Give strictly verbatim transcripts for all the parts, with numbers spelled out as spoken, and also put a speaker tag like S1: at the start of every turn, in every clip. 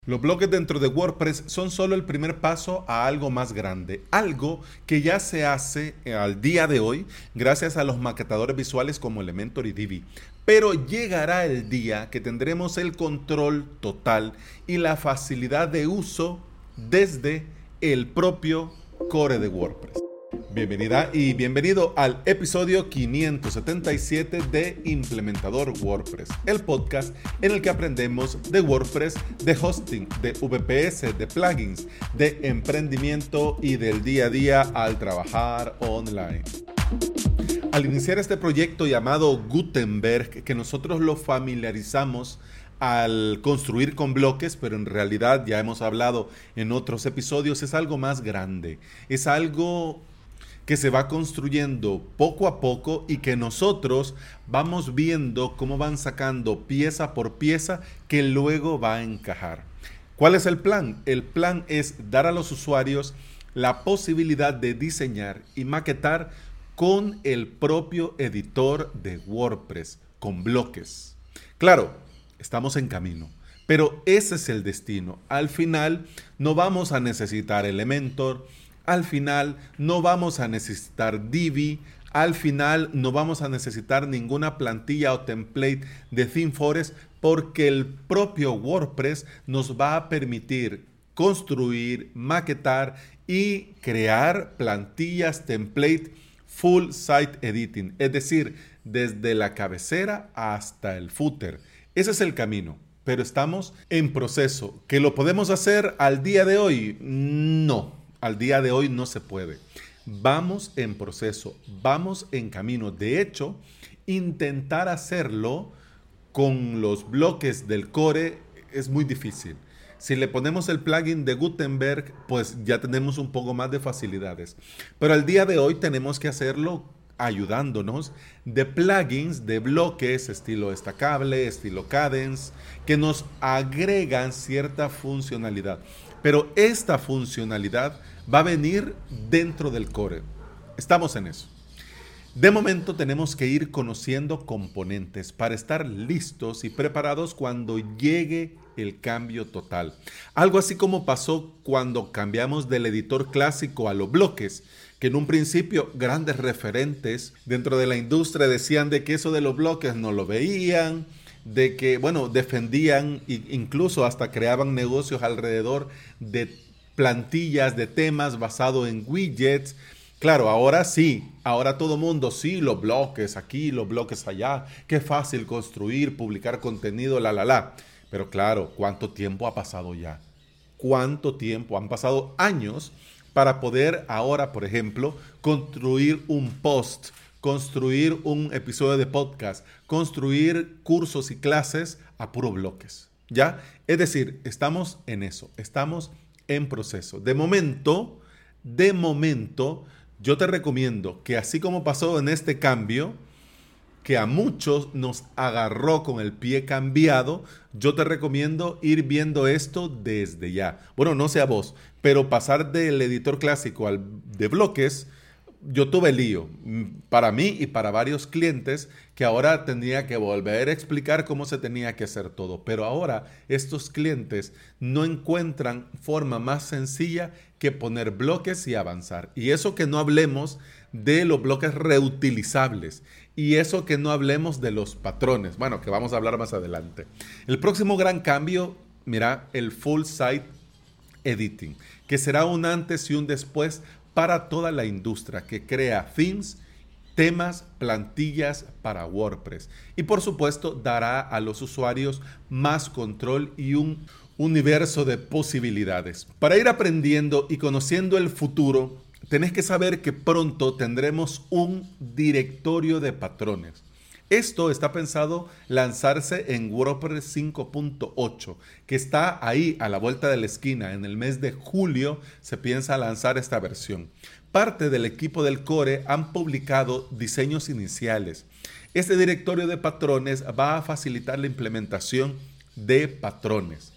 S1: Los bloques dentro de WordPress son solo el primer paso a algo más grande, algo que ya se hace al día de hoy gracias a los maquetadores visuales como Elementor y Divi. Pero llegará el día que tendremos el control total y la facilidad de uso desde el propio core de WordPress. Bienvenida y bienvenido al episodio quinientos setenta y siete de Implementador WordPress, el podcast en el que aprendemos de WordPress, de hosting, de V P S, de plugins, de emprendimiento y del día a día al trabajar online. Al iniciar este proyecto llamado Gutenberg, que nosotros lo familiarizamos al construir con bloques, pero en realidad ya hemos hablado en otros episodios, es algo más grande, es algo que se va construyendo poco a poco y que nosotros vamos viendo cómo van sacando pieza por pieza que luego va a encajar. ¿Cuál es el plan? El plan es dar a los usuarios la posibilidad de diseñar y maquetar con el propio editor de WordPress, con bloques. Claro, estamos en camino, pero ese es el destino. Al final no vamos a necesitar Elementor. Al final no vamos a necesitar Divi, al final no vamos a necesitar ninguna plantilla o template de ThemeForest porque el propio WordPress nos va a permitir construir, maquetar y crear plantillas, template, full site editing, es decir, desde la cabecera hasta el footer. Ese es el camino, pero estamos en proceso. ¿Que lo podemos hacer al día de hoy? No. Al día de hoy no se puede. Vamos en proceso, vamos en camino. De hecho, intentar hacerlo con los bloques del core es muy difícil. Si le ponemos el plugin de Gutenberg, pues ya tenemos un poco más de facilidades. Pero al día de hoy tenemos que hacerlo ayudándonos de plugins, de bloques, estilo destacable, estilo Kadence, que nos agregan cierta funcionalidad. Pero esta funcionalidad va a venir dentro del core. Estamos en eso. De momento tenemos que ir conociendo componentes para estar listos y preparados cuando llegue el cambio total. Algo así como pasó cuando cambiamos del editor clásico a los bloques, que en un principio grandes referentes dentro de la industria decían de que eso de los bloques no lo veían, de que, bueno, defendían e incluso hasta creaban negocios alrededor de plantillas, de temas basados en widgets. Claro, ahora sí, ahora todo mundo, sí, los bloques aquí, los bloques allá, qué fácil construir, publicar contenido, la, la, la. Pero claro, ¿cuánto tiempo ha pasado ya? ¿Cuánto tiempo? Han pasado años para poder ahora, por ejemplo, construir un post, construir un episodio de podcast, construir cursos y clases a puro bloques, ¿ya? Es decir, estamos en eso, estamos en proceso. De momento, de momento, yo te recomiendo que así como pasó en este cambio, que a muchos nos agarró con el pie cambiado, yo te recomiendo ir viendo esto desde ya. Bueno, no sé a vos, pero pasar del editor clásico al de bloques, yo tuve lío para mí y para varios clientes que ahora tendría que volver a explicar cómo se tenía que hacer todo. Pero ahora estos clientes no encuentran forma más sencilla que poner bloques y avanzar. Y eso que no hablemos de los bloques reutilizables. Y eso que no hablemos de los patrones. Bueno, que vamos a hablar más adelante. El próximo gran cambio, mira, el Full Site Editing, que será un antes y un después para toda la industria que crea themes, temas, plantillas para WordPress. Y por supuesto dará a los usuarios más control y un universo de posibilidades. Para ir aprendiendo y conociendo el futuro, tenés que saber que pronto tendremos un directorio de patrones. Esto está pensado lanzarse en WordPress cinco punto ocho, que está ahí a la vuelta de la esquina. En el mes de julio se piensa lanzar esta versión. Parte del equipo del core han publicado diseños iniciales. Este directorio de patrones va a facilitar la implementación de patrones.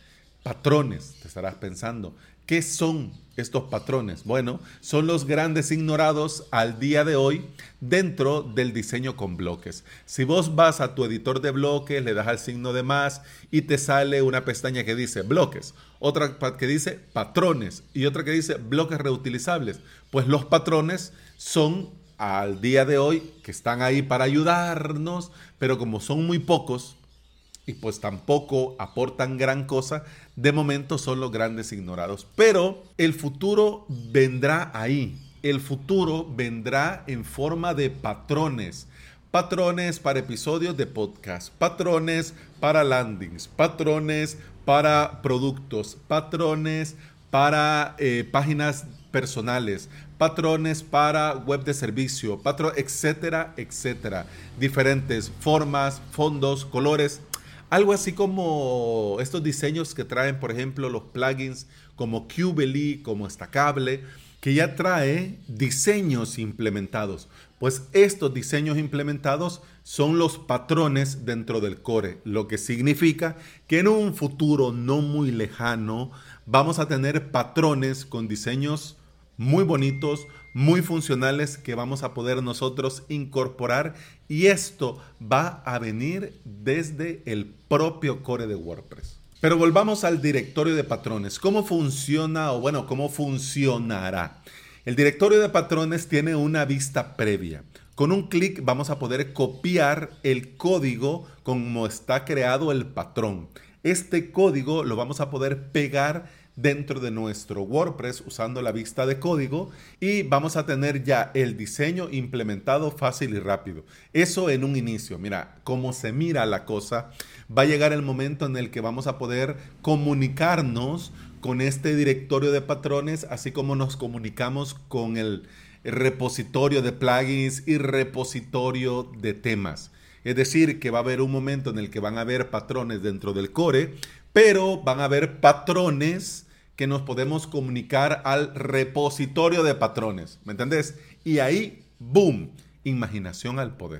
S1: Patrones, te estarás pensando. ¿Qué son estos patrones? Bueno, son los grandes ignorados al día de hoy dentro del diseño con bloques. Si vos vas a tu editor de bloques, le das al signo de más y te sale una pestaña que dice bloques, otra que dice patrones y otra que dice bloques reutilizables. Pues los patrones son al día de hoy que están ahí para ayudarnos, pero como son muy pocos, y pues tampoco aportan gran cosa, de momento son los grandes ignorados. Pero el futuro vendrá ahí. El futuro vendrá en forma de patrones. Patrones para episodios de podcast, patrones para landings, patrones para productos, patrones para eh, páginas personales, patrones para web de servicio, patrón, etcétera, etcétera. Diferentes formas, fondos, colores. Algo así como estos diseños que traen, por ejemplo, los plugins como Qbely, como Stackable, que ya trae diseños implementados. Pues estos diseños implementados son los patrones dentro del core, lo que significa que en un futuro no muy lejano vamos a tener patrones con diseños muy bonitos, muy funcionales que vamos a poder nosotros incorporar, y esto va a venir desde el propio core de WordPress. Pero volvamos al directorio de patrones. ¿Cómo funciona o bueno, cómo funcionará? El directorio de patrones tiene una vista previa. Con un clic vamos a poder copiar el código como está creado el patrón. Este código lo vamos a poder pegar dentro de nuestro WordPress usando la vista de código y vamos a tener ya el diseño implementado fácil y rápido. Eso en un inicio. Mira, cómo se mira la cosa, va a llegar el momento en el que vamos a poder comunicarnos con este directorio de patrones, así como nos comunicamos con el repositorio de plugins y repositorio de temas. Es decir, que va a haber un momento en el que van a haber patrones dentro del core, pero van a haber patrones que nos podemos comunicar al repositorio de patrones, ¿me entendés? Y ahí, ¡boom!, imaginación al poder.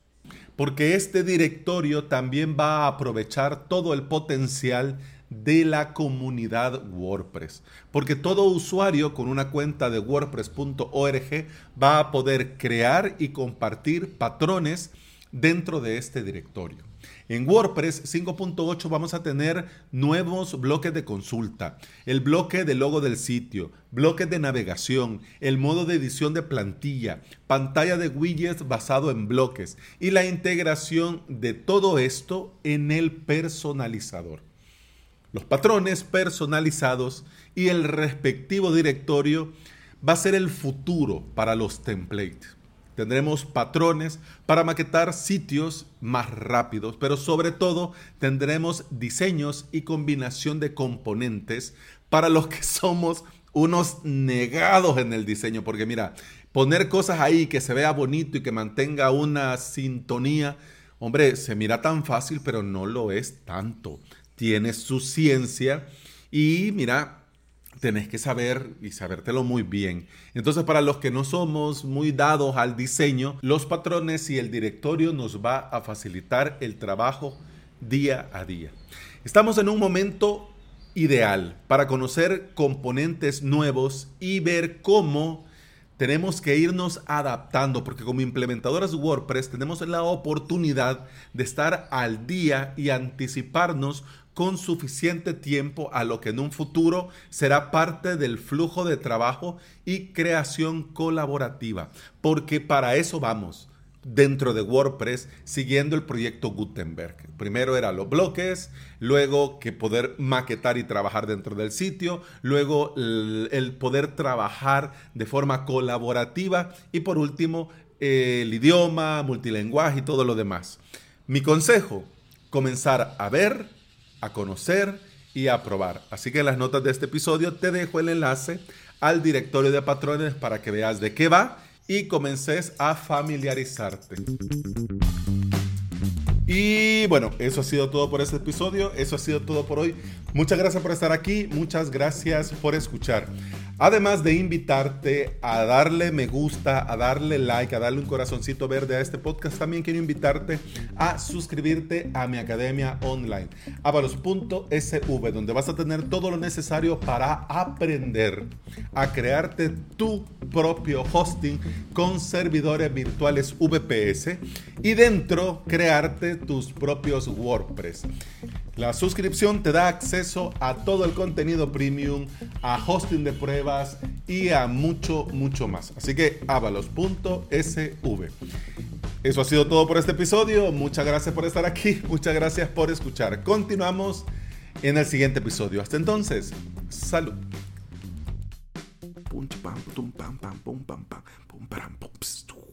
S1: Porque este directorio también va a aprovechar todo el potencial de la comunidad WordPress. Porque todo usuario con una cuenta de WordPress punto org va a poder crear y compartir patrones dentro de este directorio. En WordPress cinco punto ocho vamos a tener nuevos bloques de consulta, el bloque de logo del sitio, bloques de navegación, el modo de edición de plantilla, pantalla de widgets basado en bloques y la integración de todo esto en el personalizador. Los patrones personalizados y el respectivo directorio va a ser el futuro para los templates. Tendremos patrones para maquetar sitios más rápidos, pero sobre todo tendremos diseños y combinación de componentes para los que somos unos negados en el diseño. Porque mira, poner cosas ahí que se vea bonito y que mantenga una sintonía, hombre, se mira tan fácil, pero no lo es tanto. Tiene su ciencia y mira, tenés que saber y sabértelo muy bien. Entonces, para los que no somos muy dados al diseño, los patrones y el directorio nos va a facilitar el trabajo día a día. Estamos en un momento ideal para conocer componentes nuevos y ver cómo tenemos que irnos adaptando, porque como implementadoras WordPress tenemos la oportunidad de estar al día y anticiparnos con suficiente tiempo a lo que en un futuro será parte del flujo de trabajo y creación colaborativa, porque para eso vamos dentro de WordPress siguiendo el proyecto Gutenberg. Primero eran los bloques, luego que poder maquetar y trabajar dentro del sitio, luego el, el poder trabajar de forma colaborativa y por último el idioma, multilingüe y todo lo demás. Mi consejo, comenzar a ver, a conocer y a probar. Así que en las notas de este episodio te dejo el enlace al directorio de patrones para que veas de qué va y comences a familiarizarte. Y bueno, eso ha sido todo por este episodio, eso ha sido todo por hoy. Muchas gracias por estar aquí, muchas gracias por escuchar. Además de invitarte a darle me gusta, a darle like, a darle un corazoncito verde a este podcast, también quiero invitarte a suscribirte a mi academia online, avalos punto s v, donde vas a tener todo lo necesario para aprender a crearte tu propio hosting con servidores virtuales V P S y dentro crearte tus propios WordPress. La suscripción te da acceso a todo el contenido premium, a hosting de pruebas y a mucho, mucho más. Así que avalos punto s v. Eso ha sido todo por este episodio. Muchas gracias por estar aquí. Muchas gracias por escuchar. Continuamos en el siguiente episodio. Hasta entonces, salud. Pum, pam, pum, pam, pam, pum, pam, pam, pum, pam, pum,